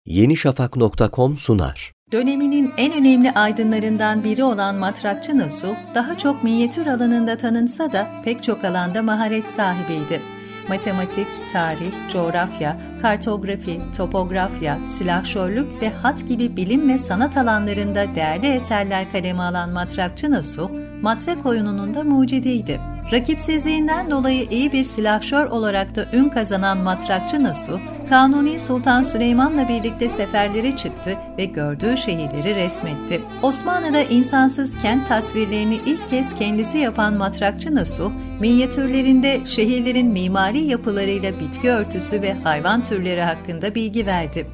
yenişafak.com sunar. Döneminin en önemli aydınlarından biri olan Matrakçı Nasuh, daha çok minyatür alanında tanınsa da pek çok alanda maharet sahibiydi. Matematik, tarih, coğrafya, kartografi, topografya, silahşörlük ve hat gibi bilim ve sanat alanlarında değerli eserler kaleme alan Matrakçı Nasuh, matrak oyununun da mucidiydi. Rakipsizliğinden dolayı iyi bir silahşör olarak da ün kazanan Matrakçı Nasuh, Kanuni Sultan Süleyman'la birlikte seferlere çıktı ve gördüğü şehirleri resmetti. Osmanlı'da insansız kent tasvirlerini ilk kez kendisi yapan Matrakçı Nasuh, minyatürlerinde şehirlerin mimari yapılarıyla bitki örtüsü ve hayvan türleri hakkında bilgi verdi.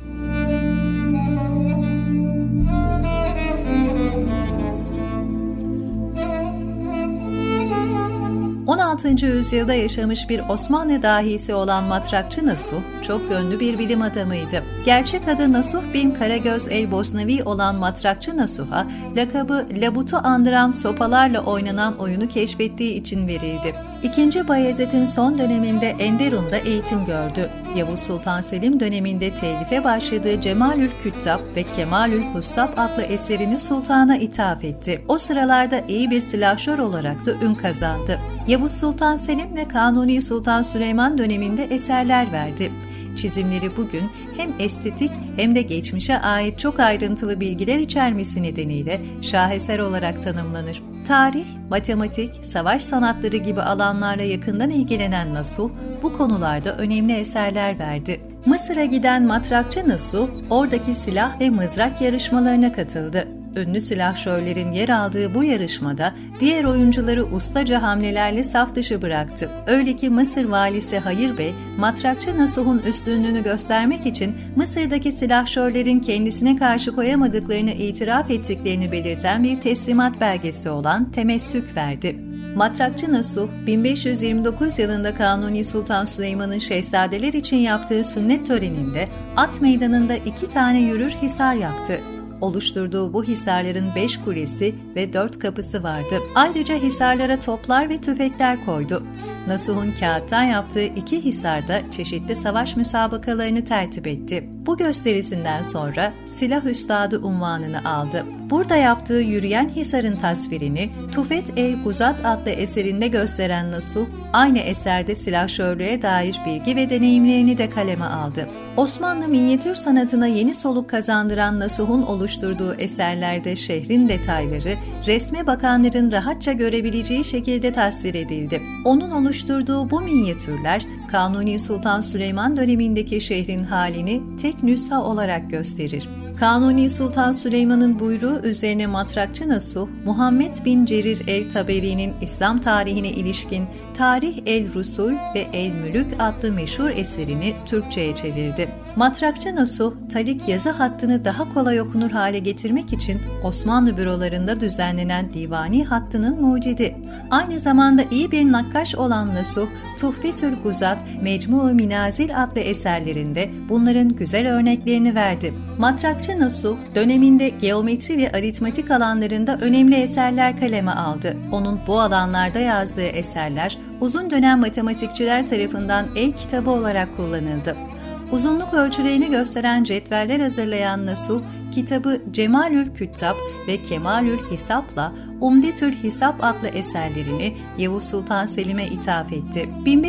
16. yüzyılda yaşamış bir Osmanlı dahisi olan Matrakçı Nasuh, çok yönlü bir bilim adamıydı. Gerçek adı Nasuh bin Karagöz el-Bosnavi olan Matrakçı Nasuh'a, lakabı labut'u andıran sopalarla oynanan oyunu keşfettiği için verildi. II. Bayezid'in son döneminde Enderun'da eğitim gördü. Yavuz Sultan Selim döneminde telife başladığı Cemalül Küttab ve Kemalül Hussab adlı eserini sultana ithaf etti. O sıralarda iyi bir silahşör olarak da ün kazandı. Yavuz Sultan Selim ve Kanuni Sultan Süleyman döneminde eserler verdi. Çizimleri bugün hem estetik hem de geçmişe ait çok ayrıntılı bilgiler içermesi nedeniyle şaheser olarak tanımlanır. Tarih, matematik, savaş sanatları gibi alanlarla yakından ilgilenen Nasuh, bu konularda önemli eserler verdi. Mısır'a giden Matrakçı Nasuh, oradaki silah ve mızrak yarışmalarına katıldı. Ünlü silahşörlerin yer aldığı bu yarışmada diğer oyuncuları ustaca hamlelerle saf dışı bıraktı. Öyle ki Mısır valisi Hayır Bey, Matrakçı Nasuh'un üstünlüğünü göstermek için Mısır'daki silahşörlerin kendisine karşı koyamadıklarını itiraf ettiklerini belirten bir teslimat belgesi olan temessük verdi. Matrakçı Nasuh, 1529 yılında Kanuni Sultan Süleyman'ın şehzadeler için yaptığı sünnet töreninde at meydanında 2 tane yürür hisar yaptı. Oluşturduğu bu hisarların 5 kulesi ve 4 kapısı vardı. Ayrıca hisarlara toplar ve tüfekler koydu. Nasuh'un kağıttan yaptığı 2 hisarda çeşitli savaş müsabakalarını tertip etti. Bu gösterisinden sonra silah üstadı unvanını aldı. Burada yaptığı yürüyen hisarın tasvirini Tufet el-Guzat adlı eserinde gösteren Nasuh, aynı eserde silahşörlüğe dair bilgi ve deneyimlerini de kaleme aldı. Osmanlı minyatür sanatına yeni soluk kazandıran Nasuh'un oluşturduğu eserlerde şehrin detayları, resme bakanların rahatça görebileceği şekilde tasvir edildi. Onun oluşturduğu bu minyatürler, Kanuni Sultan Süleyman dönemindeki şehrin halini tek nüsha olarak gösterir. Kanuni Sultan Süleyman'ın buyruğu üzerine Matrakçı Nasuh, Muhammed bin Cerir el-Taberi'nin İslam tarihine ilişkin Tarih el-Rusul ve el-Mülük adlı meşhur eserini Türkçe'ye çevirdi. Matrakçı Nasuh, talik yazı hattını daha kolay okunur hale getirmek için Osmanlı bürolarında düzenlenen divani hattının mucidi. Aynı zamanda iyi bir nakkaş olan Nasuh, Tuhfetül Guzat, Mecmu-u Minazil adlı eserlerinde bunların güzel örneklerini verdi. Matrakçı Nasuh, döneminde geometri ve aritmetik alanlarında önemli eserler kaleme aldı. Onun bu alanlarda yazdığı eserler, uzun dönem matematikçiler tarafından el kitabı olarak kullanıldı. Uzunluk ölçülerini gösteren cetveller hazırlayan Nasuh, kitabı Cemalül Küttab ve Kemalül Hisap'la Umdetül Hisap adlı eserlerini Yavuz Sultan Selim'e ithaf etti.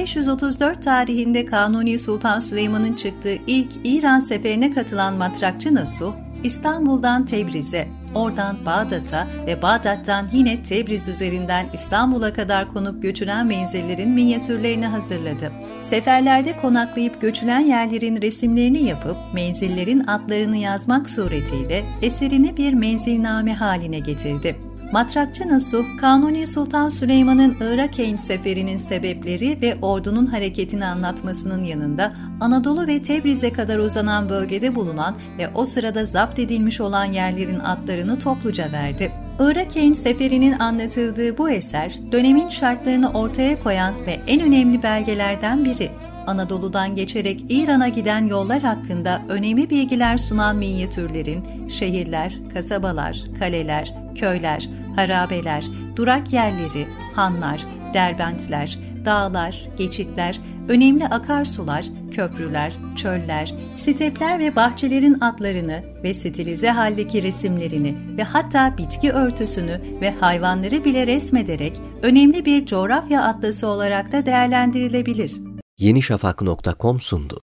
1534 tarihinde Kanuni Sultan Süleyman'ın çıktığı ilk İran seferine katılan Matrakçı Nasuh, İstanbul'dan Tebriz'e, oradan Bağdat'a ve Bağdat'tan yine Tebriz üzerinden İstanbul'a kadar konup göçülen menzillerin minyatürlerini hazırladı. Seferlerde konaklayıp göçülen yerlerin resimlerini yapıp menzillerin adlarını yazmak suretiyle eserini bir menzilname haline getirdi. Matrakçı Nasuh, Kanuni Sultan Süleyman'ın Irak-Eyn seferinin sebepleri ve ordunun hareketini anlatmasının yanında Anadolu ve Tebriz'e kadar uzanan bölgede bulunan ve o sırada zapt edilmiş olan yerlerin adlarını topluca verdi. Irak-Eyn seferinin anlatıldığı bu eser, dönemin şartlarını ortaya koyan ve en önemli belgelerden biri. Anadolu'dan geçerek İran'a giden yollar hakkında önemli bilgiler sunan minyatürlerin, şehirler, kasabalar, kaleler, köyler, harabeler, durak yerleri, hanlar, derbentler, dağlar, geçitler, önemli akarsular, köprüler, çöller, stepler ve bahçelerin adlarını ve stilize haldeki resimlerini ve hatta bitki örtüsünü ve hayvanları bile resmederek önemli bir coğrafya atlası olarak da değerlendirilebilir. yenişafak.com sundu.